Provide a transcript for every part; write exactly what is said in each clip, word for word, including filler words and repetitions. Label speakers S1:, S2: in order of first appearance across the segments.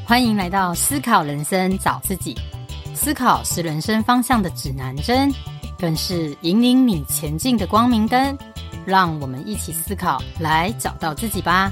S1: 欢迎来到思考人生找自己。思考是人生方向的指南针，更是引领你前进的光明灯。让我们一起思考，来找到自己吧。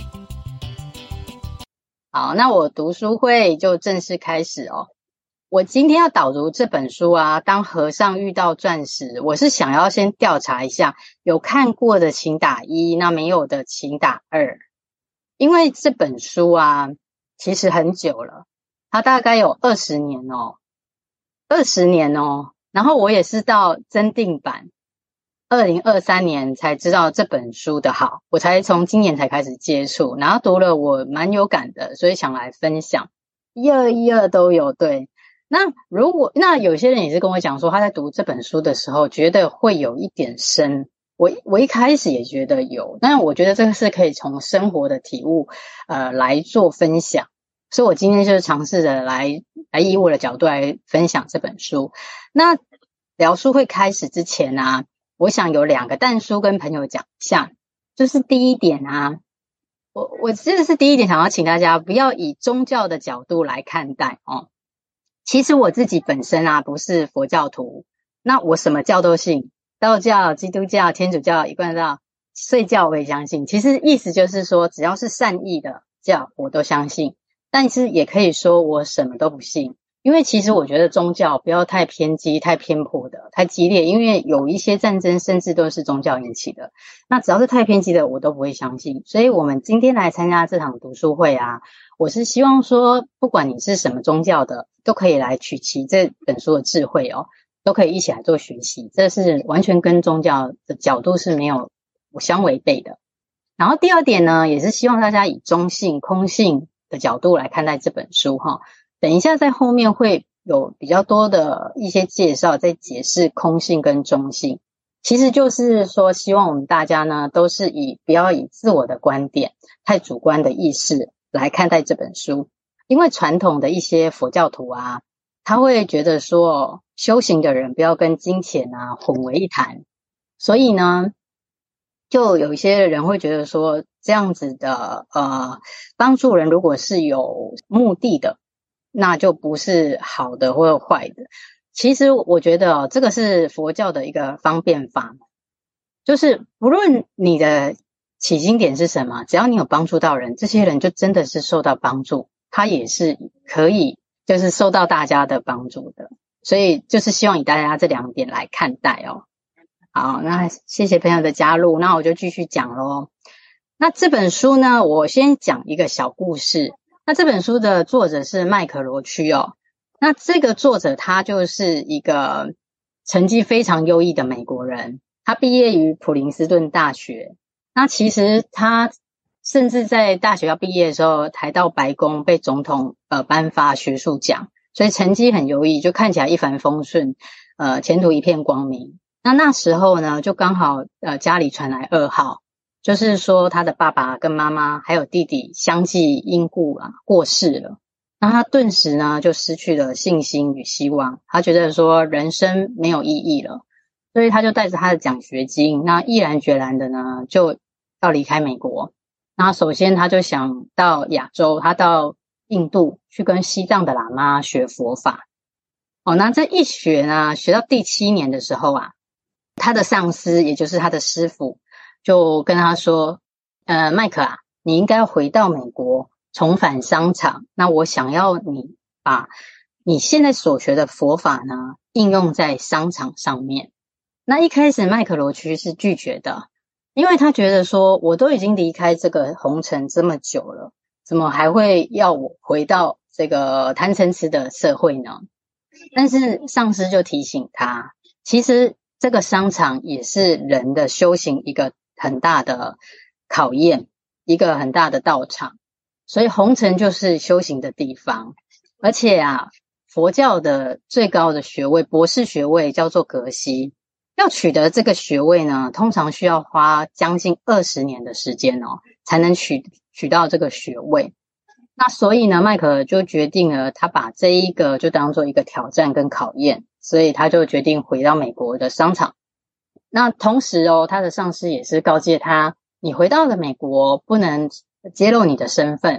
S2: 好，那我读书会就正式开始哦。我今天要导读这本书啊，当和尚遇到钻石，我是想要先调查一下，有看过的请打一，那没有的请打二。因为这本书啊，其实很久了，它大概有二十年哦，二十年哦。然后我也是到增订版二零二三年才知道这本书的好，我才从今年才开始接触，然后读了我蛮有感的，所以想来分享。一二一二都有，对。那如果那有些人也是跟我讲说，他在读这本书的时候觉得会有一点深，我我一开始也觉得有，但我觉得这个是可以从生活的体悟呃来做分享，所以我今天就是尝试着来来以我的角度来分享这本书。那聊书会开始之前啊，我想有两个但书跟朋友讲一下。就是第一点啊，我我这是第一点，想要请大家不要以宗教的角度来看待哦。其实我自己本身啊不是佛教徒，那我什么教都信，道教、基督教、天主教、一贯道、睡教我也相信。其实意思就是说，只要是善意的教我都相信，但是也可以说我什么都不信。因为其实我觉得宗教不要太偏激、太偏颇的、太激烈，因为有一些战争甚至都是宗教引起的。那只要是太偏激的，我都不会相信。所以我们今天来参加这场读书会啊，我是希望说，不管你是什么宗教的，都可以来取其这本书的智慧哦，都可以一起来做学习。这是完全跟宗教的角度是没有相违背的。然后第二点呢，也是希望大家以中性、空性的角度来看待这本书哈。等一下在后面会有比较多的一些介绍，在解释空性跟中性。其实就是说，希望我们大家呢，都是以不要以自我的观点、太主观的意识来看待这本书。因为传统的一些佛教徒啊，他会觉得说，修行的人不要跟金钱啊混为一谈，所以呢，就有一些人会觉得说，这样子的呃帮助人如果是有目的的，那就不是好的或坏的。其实我觉得哦，这个是佛教的一个方便法，就是不论你的起心点是什么，只要你有帮助到人，这些人就真的是受到帮助，他也是可以就是受到大家的帮助的。所以就是希望以大家这两点来看待哦。好，那谢谢朋友的加入，那我就继续讲咯。那这本书呢，我先讲一个小故事。那这本书的作者是麦可罗区哦。那这个作者他就是一个成绩非常优异的美国人，他毕业于普林斯顿大学。那其实他甚至在大学要毕业的时候，还到白宫被总统呃颁发学术奖，所以成绩很优异，就看起来一帆风顺，呃前途一片光明。那那时候呢，就刚好呃家里传来噩耗。就是说他的爸爸跟妈妈还有弟弟相继因故啊过世了，那他顿时呢就失去了信心与希望，他觉得说人生没有意义了，所以他就带着他的奖学金，那毅然决然的呢就要离开美国。那首先他就想到亚洲，他到印度去跟西藏的喇嘛学佛法。哦，那这一学呢，学到第七年的时候啊，他的上司也就是他的师父就跟他说，呃，麦克啊，你应该要回到美国，重返商场。那我想要你把你现在所学的佛法呢，应用在商场上面。那一开始麦克罗区是拒绝的，因为他觉得说，我都已经离开这个红尘这么久了，怎么还会要我回到这个贪嗔痴的社会呢？但是上司就提醒他，其实这个商场也是人的修行一个很大的考验，一个很大的道场，所以红尘就是修行的地方。而且啊，佛教的最高的学位，博士学位叫做格西，要取得这个学位呢，通常需要花将近二十年的时间哦，才能取取到这个学位。那所以呢，麦克就决定了，他把这一个就当做一个挑战跟考验，所以他就决定回到美国的商场。那同时哦，他的上司也是告诫他，你回到了美国不能揭露你的身份，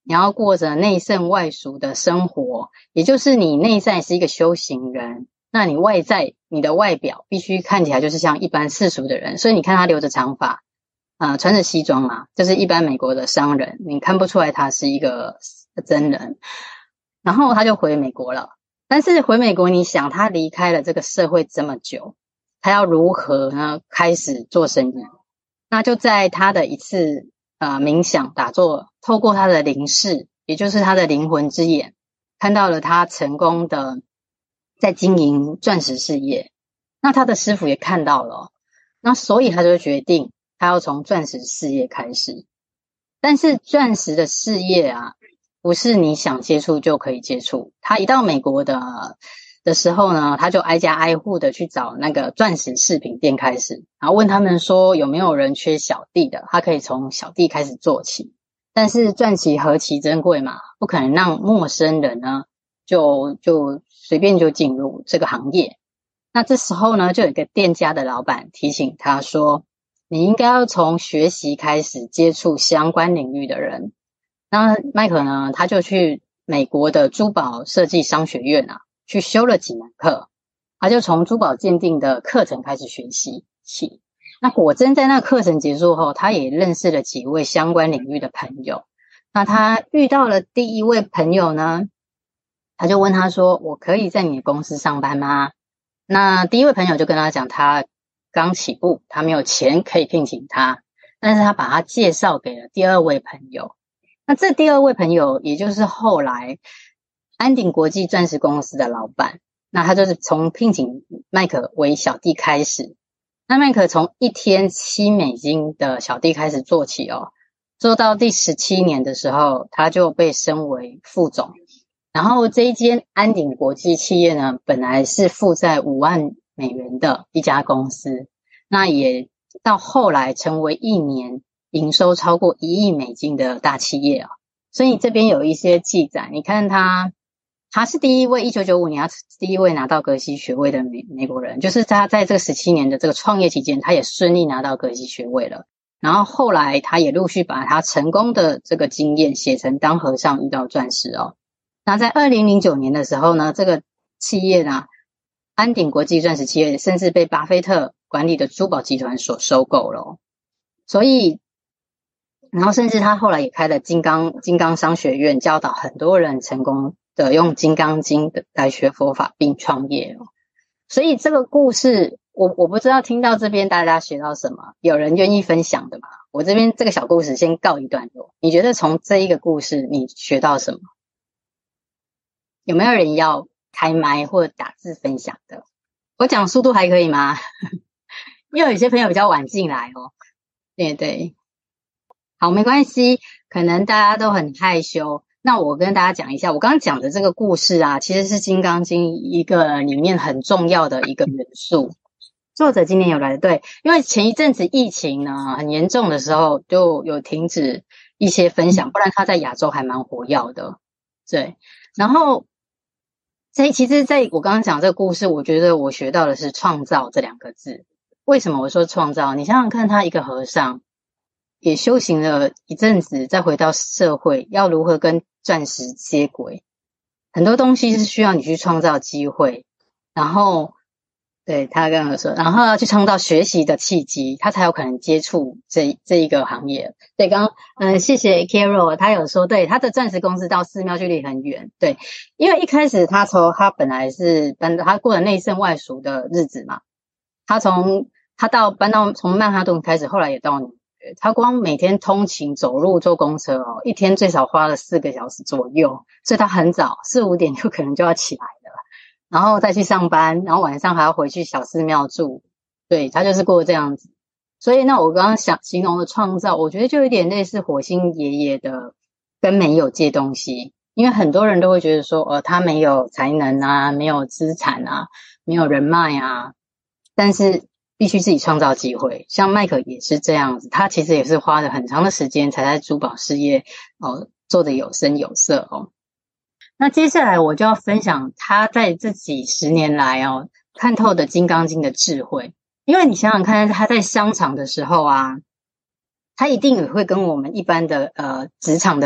S2: 你要过着内圣外俗的生活，也就是你内在是一个修行人，那你外在你的外表必须看起来就是像一般世俗的人，所以你看他留着长发，呃，穿着西装嘛，就是一般美国的商人，你看不出来他是一个真人。然后他就回美国了，但是回美国，你想他离开了这个社会这么久，他要如何呢开始做生意？那就在他的一次呃冥想打坐，透过他的灵视，也就是他的灵魂之眼，看到了他成功的在经营钻石事业。那他的师傅也看到了，那所以他就决定他要从钻石事业开始。但是钻石的事业啊，不是你想接触就可以接触。他一到美国的的时候呢，他就挨家挨户的去找那个钻石饰品店开始，然后问他们说有没有人缺小弟的，他可以从小弟开始做起。但是钻石何其珍贵嘛，不可能让陌生人呢就就随便就进入这个行业。那这时候呢，就有一个店家的老板提醒他说，你应该要从学习开始接触相关领域的人。那麦克呢，他就去美国的珠宝设计商学院啊，去修了几门课，他就从珠宝鉴定的课程开始学习起。那果真在那课程结束后，他也认识了几位相关领域的朋友。那他遇到了第一位朋友呢，他就问他说，我可以在你的公司上班吗？那第一位朋友就跟他讲，他刚起步，他没有钱可以聘请他，但是他把他介绍给了第二位朋友。那这第二位朋友也就是后来安鼎国际钻石公司的老板，那他就是从聘请麦克为小弟开始。那麦克从一天七美金的小弟开始做起哦，做到第十七年的时候，他就被升为副总。然后这一间安鼎国际企业呢，本来是负债五万美元的一家公司，那也到后来成为一年营收超过一亿美金的大企业啊。所以这边有一些记载，你看他他是第一位一九九五年他第一位拿到格西学位的美美国人，就是他在这个十七年的这个创业期间，他也顺利拿到格西学位了。然后后来他也陆续把他成功的这个经验写成当和尚遇到钻石哦。那在二零零九年的时候呢，这个企业呢，安鼎国际钻石企业甚至被巴菲特管理的珠宝集团所收购了哦。所以然后甚至他后来也开了金刚金刚商学院，教导很多人成功的用金刚经来学佛法并创业哦。所以这个故事我我不知道听到这边大家学到什么，有人愿意分享的吗？我这边这个小故事先告一段落，你觉得从这一个故事你学到什么？有没有人要开麦或者打字分享的？我讲速度还可以吗？因为有些朋友比较晚进来哦。对对，好，没关系，可能大家都很害羞。那我跟大家讲一下，我刚刚讲的这个故事啊，其实是《金刚经》一个里面很重要的一个元素。作者今年有来，对，因为前一阵子疫情呢很严重的时候，就有停止一些分享，不然他在亚洲还蛮活跃的。对，然后所以其实在我刚刚讲这个故事，我觉得我学到的是创造这两个字。为什么我说创造？你想想看，他一个和尚也修行了一阵子，再回到社会，要如何跟钻石接轨？很多东西是需要你去创造机会，然后对他刚刚说，然后要去创造学习的契机，他才有可能接触这这一个行业。对，刚刚嗯、呃，谢谢 Carol， 他有说，对，他的钻石公司到寺庙距离很远，对，因为一开始他从他本来是搬，他过了内圣外俗的日子嘛，他从他到搬到从曼哈顿开始，后来也到纽约，他光每天通勤走路坐公车哦，一天最少花了四个小时左右，所以他很早四五点就可能就要起来了。然后再去上班，然后晚上还要回去小寺庙住，对，他就是过这样子。所以那我刚刚想形容的创造，我觉得就有点类似火星爷爷的跟没有借东西，因为很多人都会觉得说，呃，他没有才能啊，没有资产啊，没有人脉啊，但是必须自己创造机会。像麦克也是这样子，他其实也是花了很长的时间才在珠宝事业哦做得有声有色哦。那接下来我就要分享他在这几十年来哦看透的《金刚经》的智慧。因为你想想看，他在商场的时候啊，他一定也会跟我们一般的呃职场的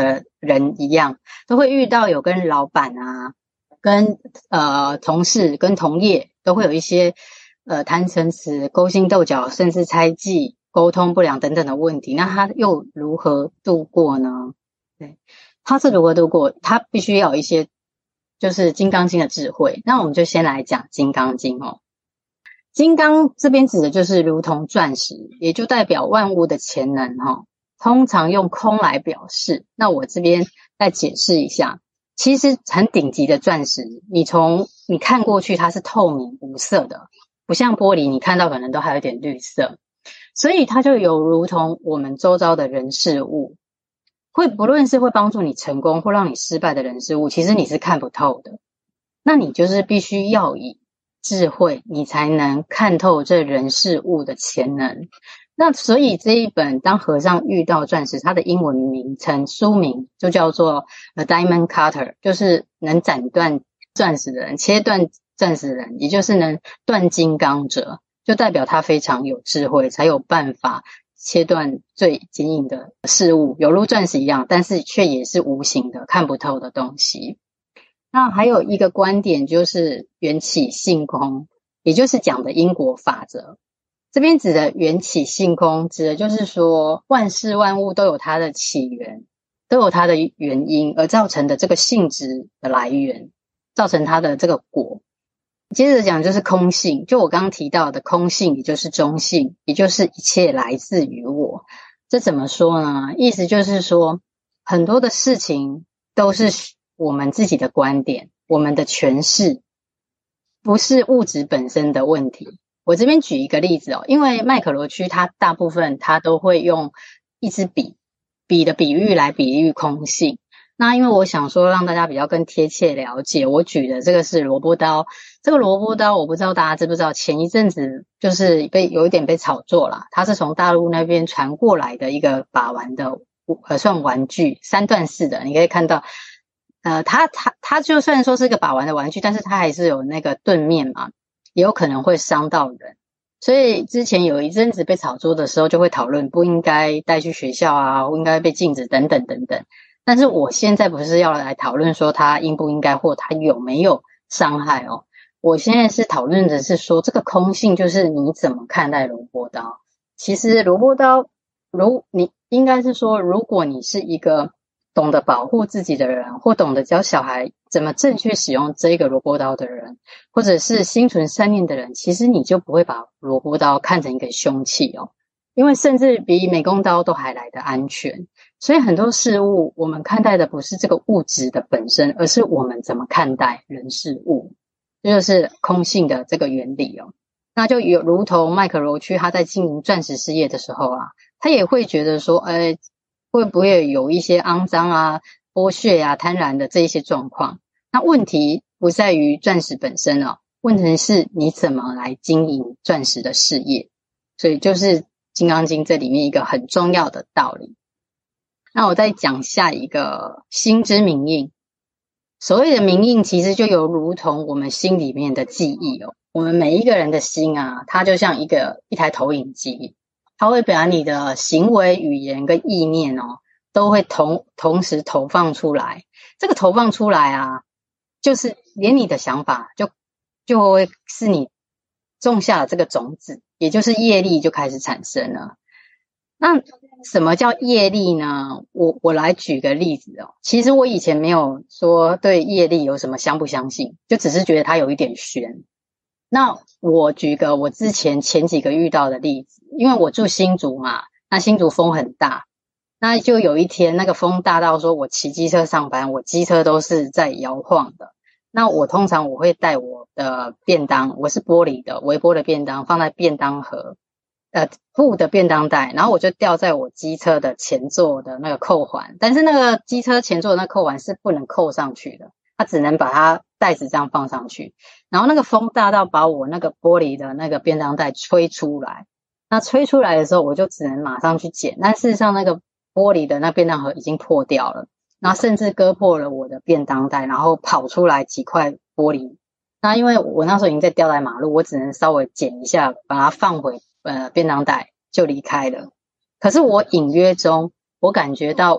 S2: 人一样，都会遇到有跟老板啊、跟呃同事、跟同业都会有一些呃谈成词、勾心斗角，甚至猜忌、沟通不良等等的问题。那他又如何度过呢？对，他是如何度过？他必须要有一些就是金刚经的智慧。那我们就先来讲金刚经哦。金刚这边指的就是如同钻石，也就代表万物的潜能哦。通常用空来表示，那我这边再解释一下，其实很顶级的钻石，你从你看过去它是透明无色的，不像玻璃你看到可能都还有点绿色，所以它就有如同我们周遭的人事物，会不论是会帮助你成功或让你失败的人事物，其实你是看不透的，那你就是必须要以智慧，你才能看透这人事物的潜能。那所以这一本当和尚遇到钻石，它的英文名称书名就叫做 The Diamond Cutter， 就是能斩断钻石的人，切断钻石的人，也就是能断金刚者，就代表他非常有智慧，才有办法切断最坚硬的事物，有如钻石一样，但是却也是无形的看不透的东西。那还有一个观点就是缘起性空，也就是讲的因果法则。这边指的缘起性空，指的就是说万事万物都有它的起源，都有它的原因，而造成的这个性质的来源，造成它的这个果。接着讲就是空性，就我刚刚提到的空性，也就是中性，也就是一切来自于我。这怎么说呢？意思就是说，很多的事情都是我们自己的观点，我们的诠释，不是物质本身的问题。我这边举一个例子哦，因为麦可罗区它大部分它都会用一支笔，笔的比喻来比喻空性。那因为我想说让大家比较更贴切了解，我举的这个是萝卜刀。这个萝卜刀我不知道大家知不知道，前一阵子就是被有一点被炒作啦，它是从大陆那边传过来的一个把玩的呃算玩具，三段式的，你可以看到呃它它它就算说是一个把玩的玩具，但是它还是有那个盾面嘛，也有可能会伤到人。所以之前有一阵子被炒作的时候就会讨论不应该带去学校啊，不应该被禁止等等等等。但是我现在不是要来讨论说它应不应该或它有没有伤害哦，我现在是讨论的是说这个空性就是你怎么看待萝卜刀。其实萝卜刀如你应该是说，如果你是一个懂得保护自己的人，或懂得教小孩怎么正确使用这个萝卜刀的人，或者是心存善念的人，其实你就不会把萝卜刀看成一个凶器哦，因为甚至比美工刀都还来得安全。所以很多事物我们看待的不是这个物质的本身，而是我们怎么看待人事物，这就是空性的这个原理哦。那就有如同麦可罗区他在经营钻石事业的时候啊，他也会觉得说，呃，会不会有一些肮脏啊、剥削啊、贪婪的这一些状况？那问题不在于钻石本身哦，问题是你怎么来经营钻石的事业。所以就是《金刚经》这里面一个很重要的道理。那我再讲下一个心之明印。所谓的明印其实就有如同我们心里面的记忆哦。我们每一个人的心啊，它就像一个一台投影机，它会把你的行为、语言跟意念哦，都会同同时投放出来。这个投放出来啊，就是连你的想法就就会是你种下了这个种子，也就是业力就开始产生了。那什么叫业力呢？我我来举个例子哦。其实我以前没有说对业力有什么相不相信，就只是觉得它有一点玄。那我举个我之前前几个遇到的例子，因为我住新竹嘛，那新竹风很大，那就有一天那个风大到说我骑机车上班，我机车都是在摇晃的。那我通常我会带我的便当，我是玻璃的微波的便当放在便当盒呃布的便当袋，然后我就吊在我机车的前座的那个扣环，但是那个机车前座的那个扣环是不能扣上去的，它只能把它袋子这样放上去，然后那个风大到把我那个玻璃的那个便当袋吹出来，那吹出来的时候我就只能马上去捡，但事实上那个玻璃的那便当盒已经破掉了，然后甚至割破了我的便当袋，然后跑出来几块玻璃。那因为我那时候已经在吊在马路，我只能稍微捡一下把它放回呃便当袋就离开了。可是我隐约中我感觉到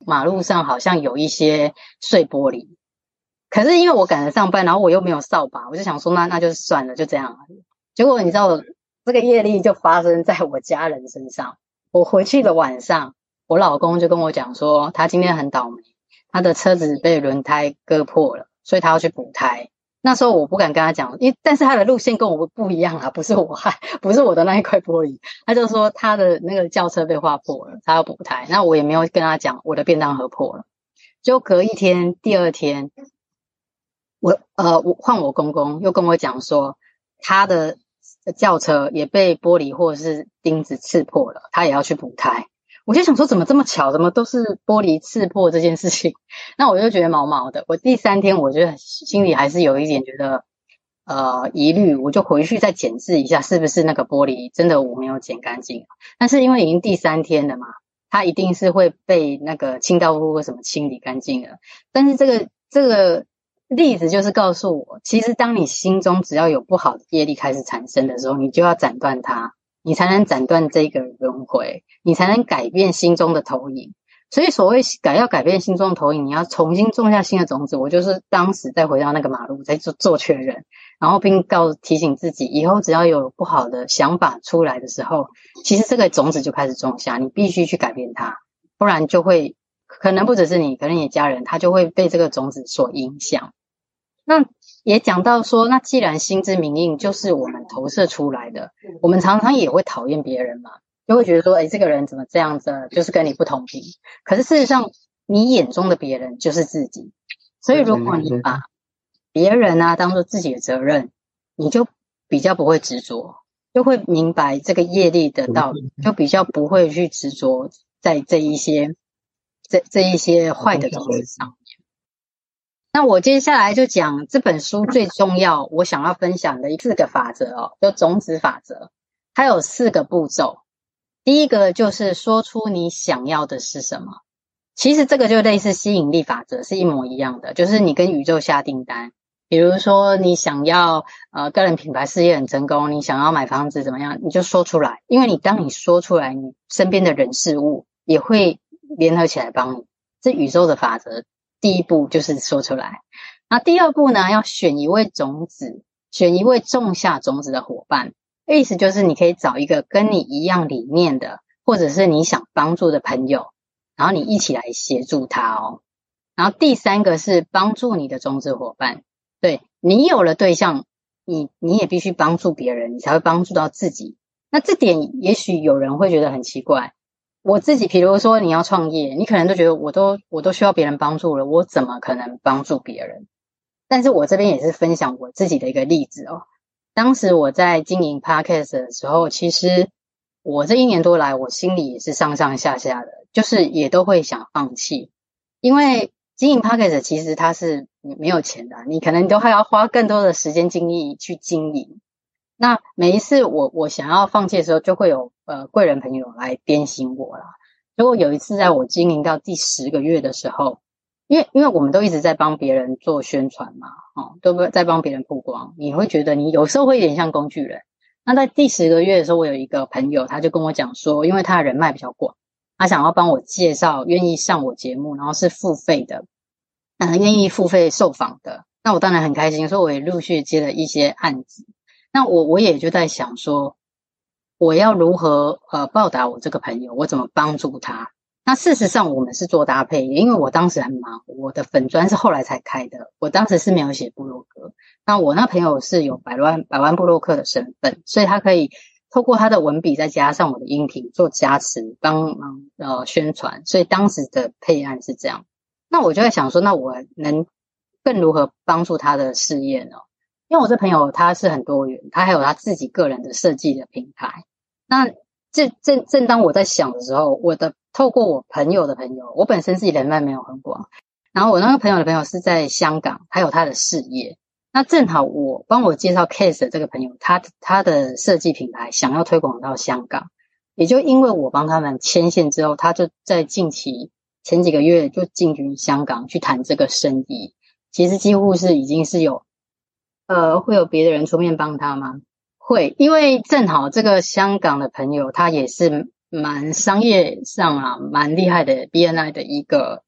S2: 马路上好像有一些碎玻璃，可是因为我赶着上班，然后我又没有扫把，我就想说那那就算了，就这样而已。结果你知道这个业力就发生在我家人身上。我回去的晚上，我老公就跟我讲说他今天很倒霉，他的车子被轮胎割破了，所以他要去补胎。那时候我不敢跟他讲，因为但是他的路线跟我不一样啊，不是我害，不是我的那一块玻璃。他就说他的那个轿车被划破了，他要补胎。那我也没有跟他讲我的便当盒破了。就隔一天，第二天，我呃，我换我公公又跟我讲说，他的轿车也被玻璃或者是钉子刺破了，他也要去补胎。我就想说怎么这么巧，怎么都是玻璃刺破这件事情。那我就觉得毛毛的。我第三天我觉得心里还是有一点觉得呃疑虑，我就回去再检视一下是不是那个玻璃真的我没有剪干净。但是因为已经第三天了嘛，它一定是会被那个清道夫或什么清理干净了。但是这个这个例子就是告诉我，其实当你心中只要有不好的业力开始产生的时候，你就要斩断它，你才能斩断这个轮回，你才能改变心中的投影。所以所谓改要改变心中的投影，你要重新种下新的种子。我就是当时再回到那个马路再做做确认，然后并告提醒自己，以后只要有不好的想法出来的时候，其实这个种子就开始种下，你必须去改变它，不然就会可能不只是你，可能你家人他就会被这个种子所影响。那也讲到说，那既然心之明印就是我们投射出来的，我们常常也会讨厌别人嘛，就会觉得说，诶，这个人怎么这样子，就是跟你不同频。可是事实上，你眼中的别人就是自己。所以如果你把别人啊当作自己的责任，你就比较不会执着，就会明白这个业力的道理，就比较不会去执着在这一些这这一些坏的种子上面。那我接下来就讲这本书最重要我想要分享的四个法则哦，就种子法则。它有四个步骤。第一个就是说出你想要的是什么。其实这个就类似吸引力法则，是一模一样的，就是你跟宇宙下订单。比如说你想要呃个人品牌事业很成功，你想要买房子怎么样，你就说出来。因为你当你说出来，你身边的人事物也会联合起来帮你。这宇宙的法则。第一步就是说出来。那第二步呢，要选一位种子，选一位种下种子的伙伴。意思就是你可以找一个跟你一样理念的，或者是你想帮助的朋友，然后你一起来协助他哦。然后第三个是帮助你的种子伙伴。对，你有了对象，你你也必须帮助别人，你才会帮助到自己。那这点也许有人会觉得很奇怪。我自己比如说你要创业，你可能都觉得我都我都需要别人帮助了，我怎么可能帮助别人？但是我这边也是分享我自己的一个例子哦。当时我在经营 podcast 的时候，其实我这一年多来我心里也是上上下下的，就是也都会想放弃。因为经营 podcast 其实它是没有钱的，你可能都还要花更多的时间精力去经营。那每一次我我想要放弃的时候，就会有呃贵人朋友来鞭醒我啦。结果有一次在我经营到第十个月的时候，因为因为我们都一直在帮别人做宣传嘛，哦，都在帮别人曝光，你会觉得你有时候会有点像工具人。那在第十个月的时候，我有一个朋友，他就跟我讲说，因为他的人脉比较广，他想要帮我介绍愿意上我节目，然后是付费的，嗯、呃，愿意付费受访的。那我当然很开心，所以我也陆续接了一些案子。那我我也就在想说，我要如何呃报答我这个朋友，我怎么帮助他？那事实上我们是做搭配，因为我当时很忙，我的粉专是后来才开的，我当时是没有写部落格。那我那朋友是有百万百万部落客的身份，所以他可以透过他的文笔再加上我的音频做加持，帮忙呃宣传，所以当时的配案是这样。那我就在想说，那我能更如何帮助他的事业呢？因为我这朋友他是很多元，他还有他自己个人的设计的品牌。那这正正当我在想的时候，我的透过我朋友的朋友，我本身自己人脉没有很广，然后我那个朋友的朋友是在香港，他有他的事业。那正好我帮我介绍 case 的这个朋友，他他的设计品牌想要推广到香港，也就因为我帮他们牵线之后，他就在近期前几个月就进军香港去谈这个生意。其实几乎是已经是有呃，会有别的人出面帮他吗？会，因为正好这个香港的朋友，他也是蛮商业上啊，蛮厉害的 B N I 的一个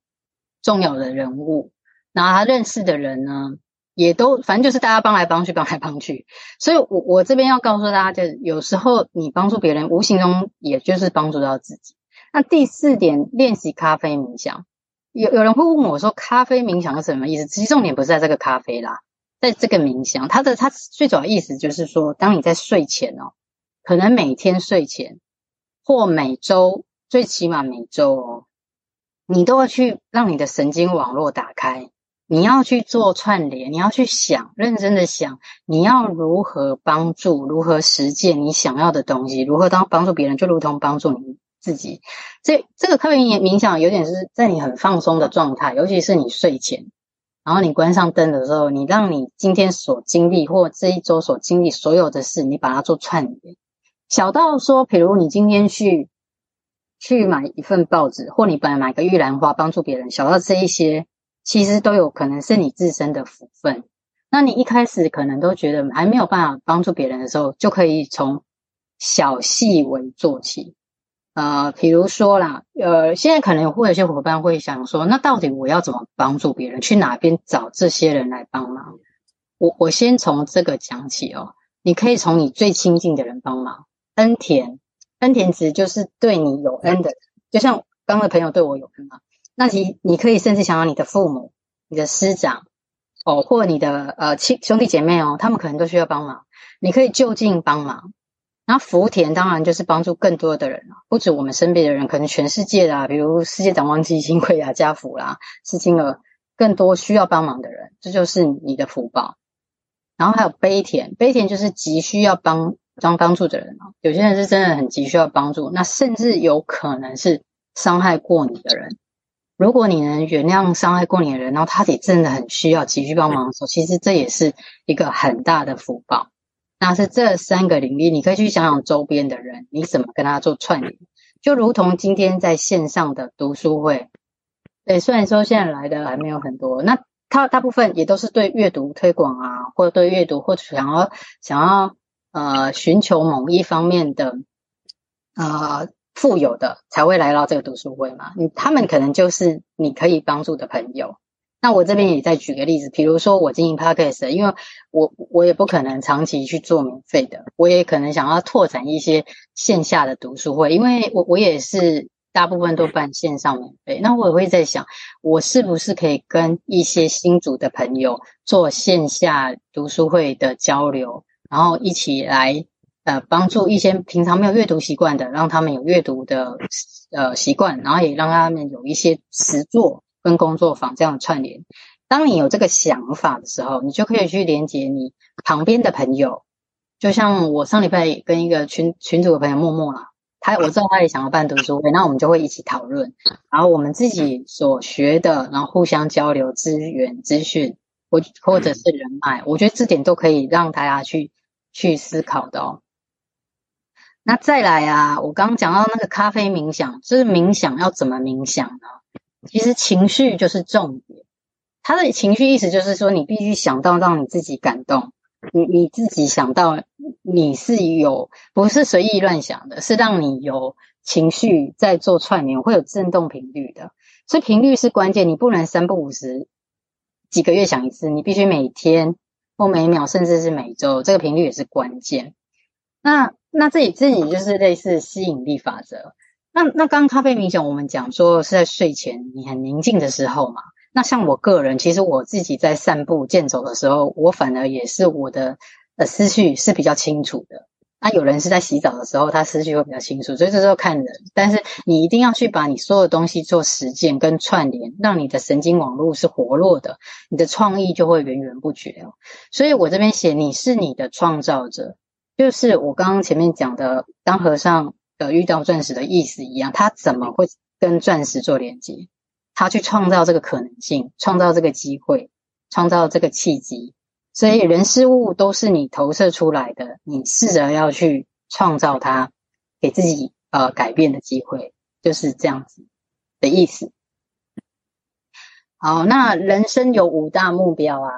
S2: 重要的人物，然后他认识的人呢，也都反正就是大家帮来帮去，帮来帮去。所以我我这边要告诉大家，就是有时候你帮助别人，无形中也就是帮助到自己。那第四点，练习咖啡冥想。有有人会问我说，咖啡冥想是什么意思？其实重点不是在这个咖啡啦，在这个冥想，它的它最主要意思就是说，当你在睡前哦，可能每天睡前或每周，最起码每周哦，你都要去让你的神经网络打开，你要去做串联，你要去想，认真的想，你要如何帮助，如何实践你想要的东西，如何当帮助别人，就如同帮助你自己。这这个咖啡冥想有点是在你很放松的状态，尤其是你睡前，然后你关上灯的时候，你让你今天所经历或这一周所经历所有的事，你把它做串联。小到说，比如你今天去去买一份报纸，或你本来买个玉兰花帮助别人，小到这一些，其实都有可能是你自身的福分。那你一开始可能都觉得还没有办法帮助别人的时候，就可以从小细微做起。呃，比如说啦，呃，现在可能会有些伙伴会想说，那到底我要怎么帮助别人？去哪边找这些人来帮忙？我我先从这个讲起哦。你可以从你最亲近的人帮忙。恩田，恩田指就是对你有恩的人，就像刚刚的朋友对我有恩嘛。那你你可以甚至想到你的父母、你的师长哦，或你的呃亲兄弟姐妹哦，他们可能都需要帮忙，你可以就近帮忙。然后福田当然就是帮助更多的人了，不止我们身边的人，可能全世界啦，比如世界展望基金会啊、家福啦、世金额，更多需要帮忙的人，这就是你的福报。然后还有悲田，悲田就是急需要帮当帮助的人哦，有些人是真的很急需要帮助，那甚至有可能是伤害过你的人。如果你能原谅伤害过你的人，然后他也真的很需要急需帮忙的时候，其实这也是一个很大的福报。那是这三个领域，你可以去想想周边的人，你怎么跟他做串联。就如同今天在线上的读书会，对，虽然说现在来的还没有很多，那它大部分也都是对阅读推广啊，或者对阅读，或者想要想要呃寻求某一方面的呃富有的才会来到这个读书会嘛。你他们可能就是你可以帮助的朋友。那我这边也再举个例子，比如说我经营 podcast， 因为我我也不可能长期去做免费的，我也可能想要拓展一些线下的读书会，因为我我也是大部分都办线上免费，那我也会在想，我是不是可以跟一些新组的朋友做线下读书会的交流，然后一起来呃帮助一些平常没有阅读习惯的，让他们有阅读的呃习惯，然后也让他们有一些实作跟工作坊这样的串联。当你有这个想法的时候，你就可以去连接你旁边的朋友。就像我上礼拜跟一个群群组的朋友默默啦，他我知道他也想要办读书会，那我们就会一起讨论，然后我们自己所学的，然后互相交流资源、资讯，或或者是人脉，我觉得这点都可以让大家去去思考的哦。那再来啊，我刚刚讲到那个咖啡冥想，就是冥想要怎么冥想呢？其实情绪就是重点。他的情绪意思就是说，你必须想到让你自己感动，你你自己想到你是有不是随意乱想的，是让你有情绪在做串联，会有振动频率的。所以频率是关键，你不能三不五时几个月想一次，你必须每天或每秒，甚至是每周，这个频率也是关键。那那这里这里就是类似吸引力法则。那那刚刚咖啡冥想我们讲说是在睡前你很宁静的时候嘛。那像我个人，其实我自己在散步健走的时候，我反而也是我的呃思绪是比较清楚的。那有人是在洗澡的时候，他思绪会比较清楚，所以这时候看人。但是你一定要去把你所有东西做实践跟串联，让你的神经网络是活络的，你的创意就会源源不绝哦。所以我这边写你是你的创造者，就是我刚刚前面讲的，当和尚呃遇到钻石的意思一样，他怎么会跟钻石做连接？他去创造这个可能性，创造这个机会，创造这个契机。所以人事物都是你投射出来的，你试着要去创造它，给自己呃改变的机会，就是这样子的意思。好，那人生有五大目标啊，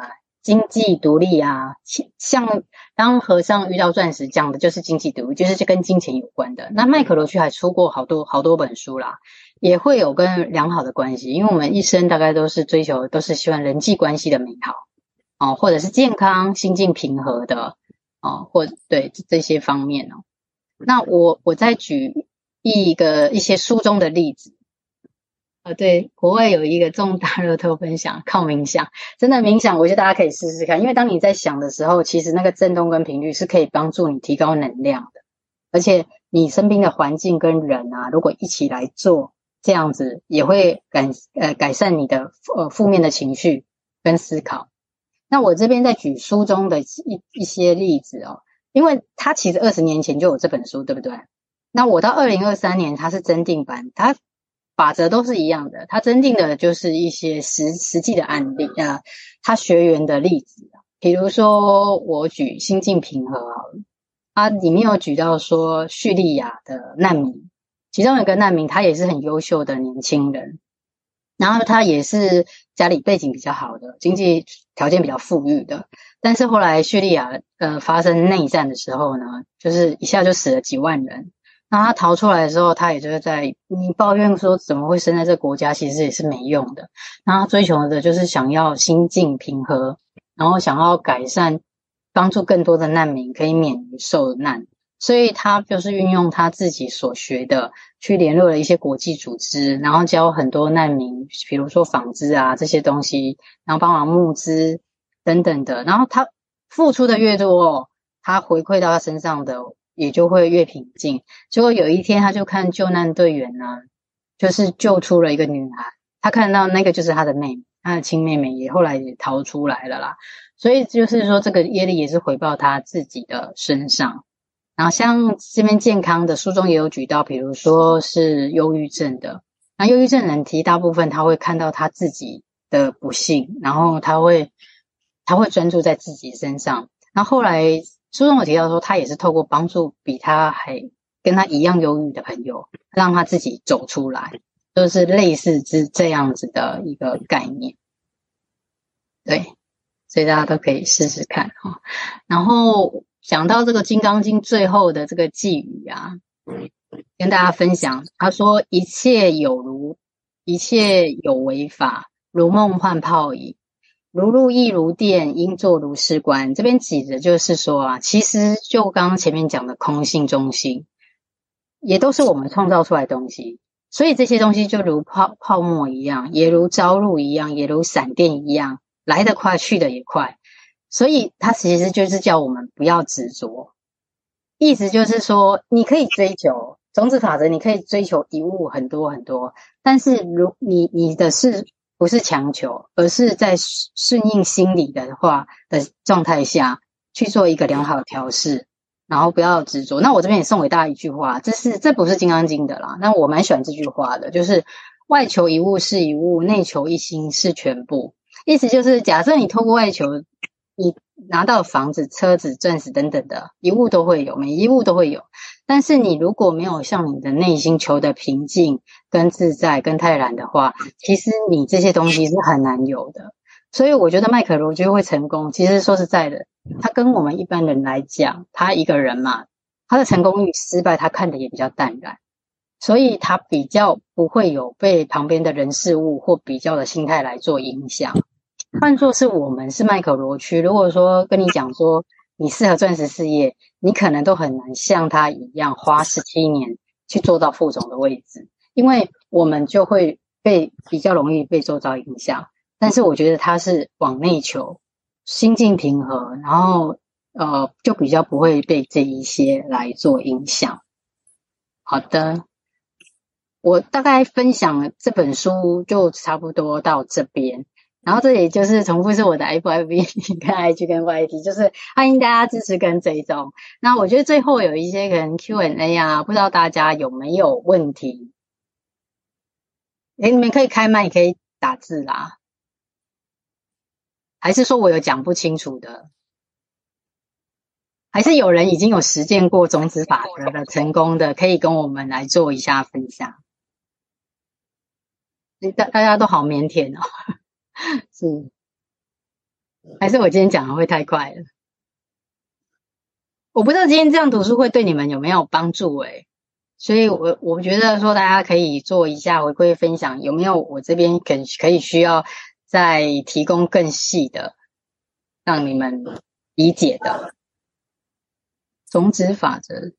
S2: 经济独立啊，像当和尚遇到钻石讲的就是经济独立，就是跟金钱有关的。那麦可罗区还出过好多好多本书啦，也会有跟良好的关系，因为我们一生大概都是追求，都是希望人际关系的美好哦，或者是健康、心境平和的哦，或对这些方面哦。那我我再举一个一些书中的例子。呃，对，国外有一个重大乐透分享，靠冥想，真的冥想，我觉得大家可以试试看，因为当你在想的时候，其实那个振动跟频率是可以帮助你提高能量的，而且你身边的环境跟人啊，如果一起来做，这样子也会改呃改善你的呃负面的情绪跟思考。那我这边在举书中的一一些例子哦，因为它其实二十年前就有这本书，对不对？那我到二零二三年它是增订版，它法则都是一样的，他增订的就是一些实实际的案例啊，他学员的例子，比如说我举心境平和好了，啊，里面有举到说叙利亚的难民，其中有一个难民他也是很优秀的年轻人，然后他也是家里背景比较好的，经济条件比较富裕的，但是后来叙利亚呃发生内战的时候呢，就是一下就死了几万人。那他逃出来的时候，他也就是在你抱怨说怎么会生在这个国家，其实也是没用的。那他追求的就是想要心境平和，然后想要改善，帮助更多的难民可以免于受难。所以他就是运用他自己所学的，去联络了一些国际组织，然后教很多难民，比如说纺织啊这些东西，然后帮忙募资等等的。然后他付出的越多，他回馈到他身上的也就会越平静。结果有一天他就看救难队员呢、啊，就是救出了一个女孩，他看到那个就是他的妹妹，他的亲妹妹也后来也逃出来了啦。所以就是说这个业力也是回报他自己的身上。然后像这边健康的书中也有举到，比如说是忧郁症的，那忧郁症人提大部分他会看到他自己的不幸，然后他会他会专注在自己身上。然后后来书中有提到说，他也是透过帮助比他还跟他一样忧郁的朋友，让他自己走出来，就是类似之这样子的一个概念。对，所以大家都可以试试看哈。然后讲到这个《金刚经》最后的这个寄语啊，跟大家分享，他说：“一切有如，一切有为法，如梦幻泡影。”如露亦如电，应作如是观。这边指的就是说啊，其实就刚刚前面讲的空性、中性，也都是我们创造出来的东西。所以这些东西就如泡泡沫一样，也如朝露一样，也如闪电一样，来得快，去得也快。所以它其实就是叫我们不要执着。意思就是说，你可以追求种子法则，你可以追求一物很多很多，但是如你你的是不是强求，而是在顺应心理的话的状态下去做一个良好的调试，然后不要执着。那我这边也送给大家一句话，这是这不是金刚经的啦，那我蛮喜欢这句话的，就是外求一物是一物，内求一心是全部。意思就是假设你透过外求，你拿到房子、车子、钻石等等的一物都会有，每一物都会有，但是你如果没有向你的内心求的平静跟自在跟泰然的话，其实你这些东西是很难有的。所以我觉得麦可罗就会成功，其实说实在的，他跟我们一般人来讲，他一个人嘛，他的成功与失败他看的也比较淡然，所以他比较不会有被旁边的人事物或比较的心态来做影响。换作是我们是麦可罗区，如果说跟你讲说你适合钻石事业，你可能都很难像他一样花十七年去做到副总的位置，因为我们就会被比较容易被周遭影响。但是我觉得他是往内求，心境平和，然后呃就比较不会被这一些来做影响。好的，我大概分享这本书就差不多到这边。然后这里就是重复是我的 F I B 跟 I G 跟 Y T， 就是欢迎大家支持跟追踪。那我觉得最后有一些可能 Q and A 啊，不知道大家有没有问题？诶，你们可以开麦，也可以打字啦。还是说我有讲不清楚的？还是有人已经有实践过种子法则的成功的，可以跟我们来做一下分享？大大家都好腼腆哦。是， 还是我今天讲的会太快了？我不知道今天这样读书会对你们有没有帮助诶，所以我我觉得说大家可以做一下回馈分享，有没有我这边可可以需要再提供更细的让你们理解的种子法则。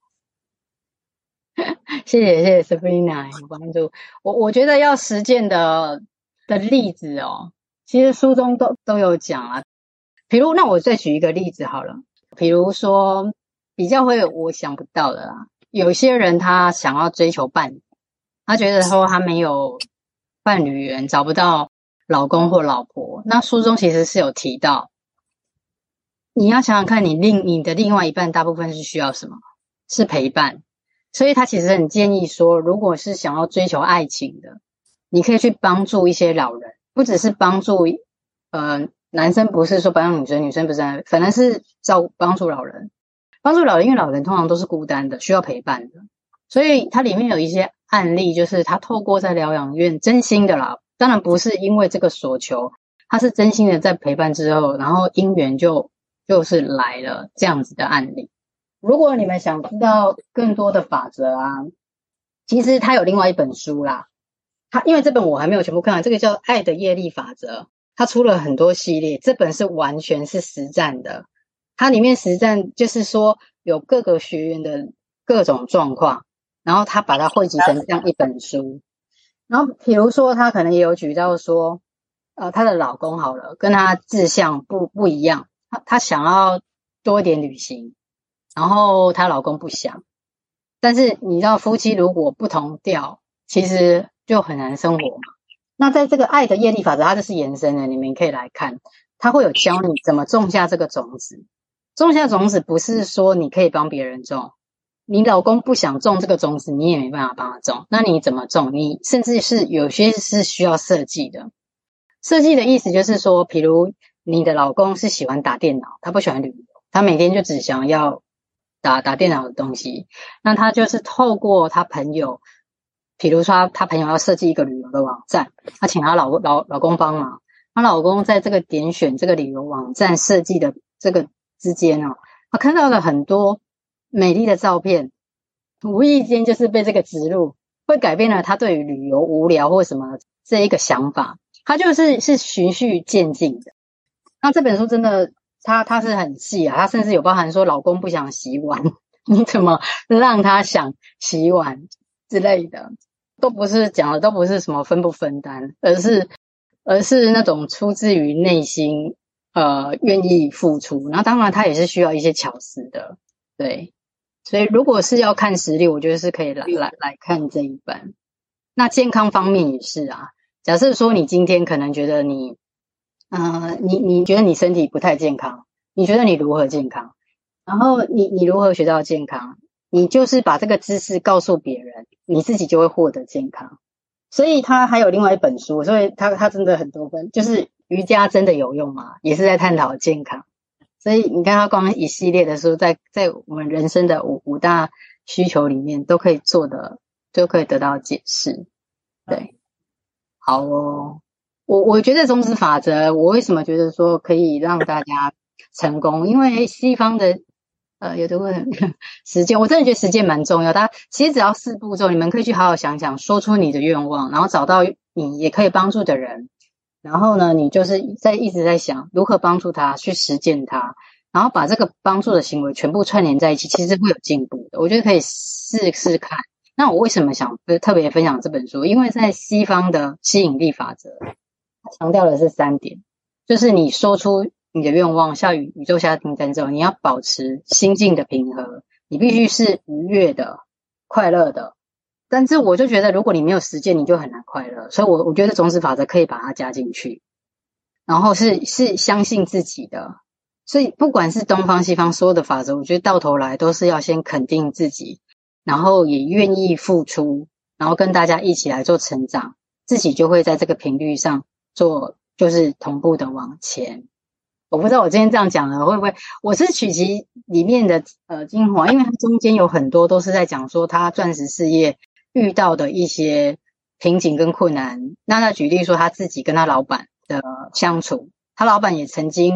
S2: 谢谢谢谢 Sabrina 有帮助。我我觉得要实践的的例子哦，其实书中都都有讲啊。比如那我再举一个例子好了，比如说比较会我想不到的啦，有些人他想要追求伴侣，他觉得说他没有伴侣缘，找不到老公或老婆。那书中其实是有提到，你要想想看你另你的另外一半大部分是需要什么？是陪伴。所以他其实很建议说，如果是想要追求爱情的，你可以去帮助一些老人，不只是帮助呃男生，不是说帮助女生，女生不是，反正是照帮助老人。帮助老人，因为老人通常都是孤单的，需要陪伴的。所以它里面有一些案例，就是他透过在疗养院真心的啦，当然不是因为这个所求，他是真心的在陪伴之后，然后姻缘就就是来了这样子的案例。如果你们想知道更多的法则啊，其实它有另外一本书啦。它因为这本我还没有全部看完，这个叫《爱的业力法则》，它出了很多系列，这本是完全是实战的。它里面实战就是说有各个学员的各种状况，然后他把它汇集成这样一本书。然后比如说他可能也有举到说，呃，她的老公好了，跟她志向不不一样，她她想要多一点旅行。然后她老公不想，但是你知道夫妻如果不同调，其实就很难生活嘛。那在这个爱的业力法则，它这是延伸的，你们可以来看，它会有教你怎么种下这个种子。种下种子不是说你可以帮别人种，你老公不想种这个种子，你也没办法帮他种。那你怎么种？你甚至是有些是需要设计的。设计的意思就是说，比如你的老公是喜欢打电脑，他不喜欢旅游，他每天就只想要打打电脑的东西，那他就是透过他朋友，比如说 他, 他朋友要设计一个旅游的网站，他请他老老老公帮忙，他老公在这个点选这个旅游网站设计的这个之间哦，他看到了很多美丽的照片，无意间就是被这个植入，会改变了他对于旅游无聊或什么这一个想法，他就是是循序渐进的。那这本书真的他他是很细啊，他甚至有包含说老公不想洗碗，你怎么让他想洗碗之类的，都不是讲的都不是什么分不分担，而是而是那种出自于内心呃愿意付出。然后当然他也是需要一些巧思的，对。所以如果是要看实力，我觉得是可以来来来看这一本。那健康方面也是啊，假设说你今天可能觉得你呃，你你觉得你身体不太健康，你觉得你如何健康？然后你你如何学到健康？你就是把这个知识告诉别人，你自己就会获得健康。所以他还有另外一本书，所以他他真的很多本，就是瑜伽真的有用吗？也是在探讨健康。所以你看他光一系列的书，在在我们人生的五五大需求里面都可以做的，都可以得到解释。对，好哦。我我觉得种子法则，我为什么觉得说可以让大家成功？因为西方的呃有的问实践，我真的觉得实践蛮重要。大家其实只要四步骤，你们可以去好好想想，说出你的愿望，然后找到你也可以帮助的人，然后呢，你就是在一直在想如何帮助他，去实践他，然后把这个帮助的行为全部串联在一起，其实会有进步的。我觉得可以试试看。那我为什么想特别分享这本书？因为在西方的吸引力法则，强调的是三点，就是你说出你的愿望，下雨宇宙下订单之后，你要保持心境的平和，你必须是愉悦的、快乐的。但是我就觉得，如果你没有实践，你就很难快乐。所以我我觉得种子法则可以把它加进去，然后是是相信自己的。所以不管是东方西方所有的法则，我觉得到头来都是要先肯定自己，然后也愿意付出，然后跟大家一起来做成长，自己就会在这个频率上做，就是同步的往前。我不知道我今天这样讲了会不会，我是取其里面的呃精华，因为它中间有很多都是在讲说他钻石事业遇到的一些瓶颈跟困难。那他举例说他自己跟他老板的相处，他老板也曾经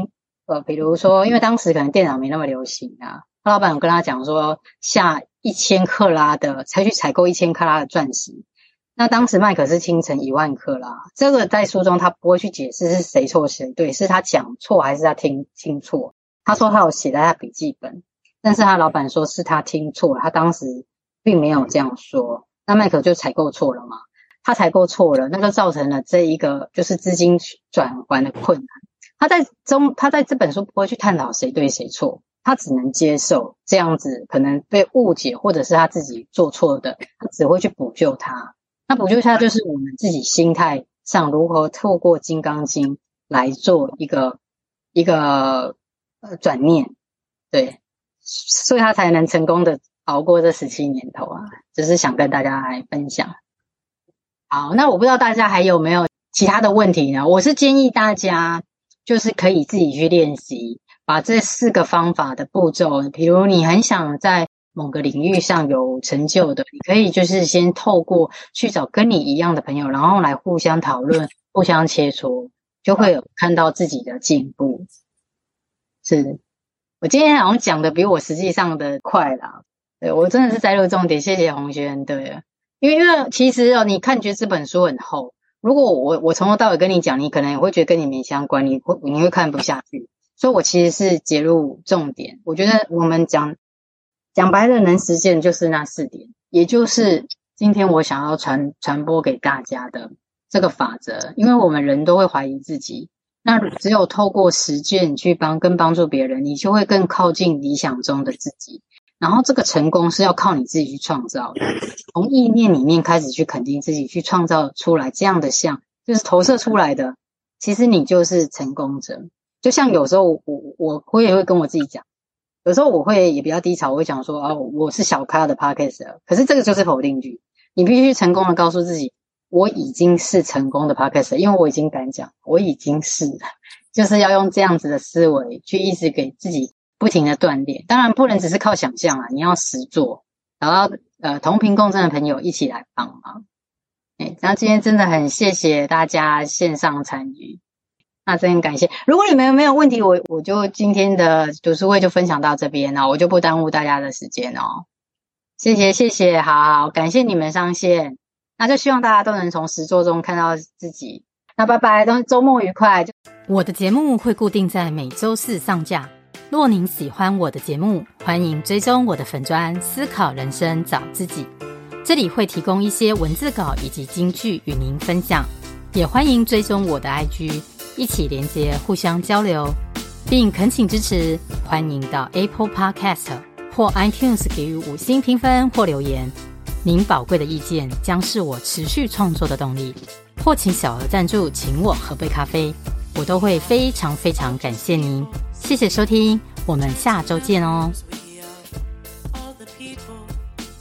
S2: 呃，比如说，因为当时可能电脑没那么流行啊，他老板有跟他讲说，下一千克拉的，才去采购一千克拉的钻石。那当时麦克是清成一万克拉，这个在书中他不会去解释是谁错谁对，是他讲错还是他听听错。他说他有写在他笔记本，但是他老板说是他听错了，他当时并没有这样说。那麦克就采购错了嘛，他采购错了，那就造成了这一个就是资金转换的困难。他在中，他在这本书不会去探讨谁对谁错，他只能接受这样子可能被误解或者是他自己做错的，他只会去补救他。那补救他就是我们自己心态上如何透过金刚经来做一个一个呃转念，对，所以他才能成功的熬过这十七年头啊，就是想跟大家来分享。好，那我不知道大家还有没有其他的问题呢？我是建议大家就是可以自己去练习，把这四个方法的步骤，比如你很想在某个领域上有成就的，你可以就是先透过去找跟你一样的朋友，然后来互相讨论，互相切磋，就会有看到自己的进步。是，我今天好像讲的比我实际上的快啦，对，我真的是摘录重点，谢谢洪轩。对，因为因为其实哦，你看觉得这本书很厚，如果我我从头到尾跟你讲，你可能也会觉得跟你没相关，你会你会看不下去。所以我其实是截入重点。我觉得我们讲讲白了，能实践就是那四点，也就是今天我想要传传播给大家的这个法则。因为我们人都会怀疑自己，那只有透过实践去帮跟帮助别人，你就会更靠近理想中的自己。然后这个成功是要靠你自己去创造的，从意念里面开始去肯定自己，去创造出来这样的像，就是投射出来的，其实你就是成功者。就像有时候我我我也会跟我自己讲，有时候我会也比较低潮，我会讲说啊，我是小咖的 podcaster， 可是这个就是否定句，你必须成功的告诉自己，我已经是成功的 podcaster， 因为我已经敢讲，我已经是，就是要用这样子的思维去一直给自己不停的锻炼。当然不能只是靠想象啊，你要实做，然后呃同频共振的朋友一起来帮忙。哎，然后今天真的很谢谢大家线上参与。那真的感谢，如果你们没有问题，我我就今天的读书会就分享到这边了，我就不耽误大家的时间哦。谢谢谢谢，好好感谢你们上线，那就希望大家都能从实作中看到自己。那拜拜，都周末愉快。
S1: 我的节目会固定在每周四上架，若您喜欢我的节目，欢迎追踪我的粉专思考人生找自己，这里会提供一些文字稿以及金句与您分享，也欢迎追踪我的 I G，一起连结互相交流，并恳请支持，欢迎到 Apple Podcast 或 iTunes 给予五星评分或留言，您宝贵的意见将是我持续创作的动力，或请小额赞助请我喝杯咖啡，我都会非常非常感谢您。谢谢收听，我们下周见哦。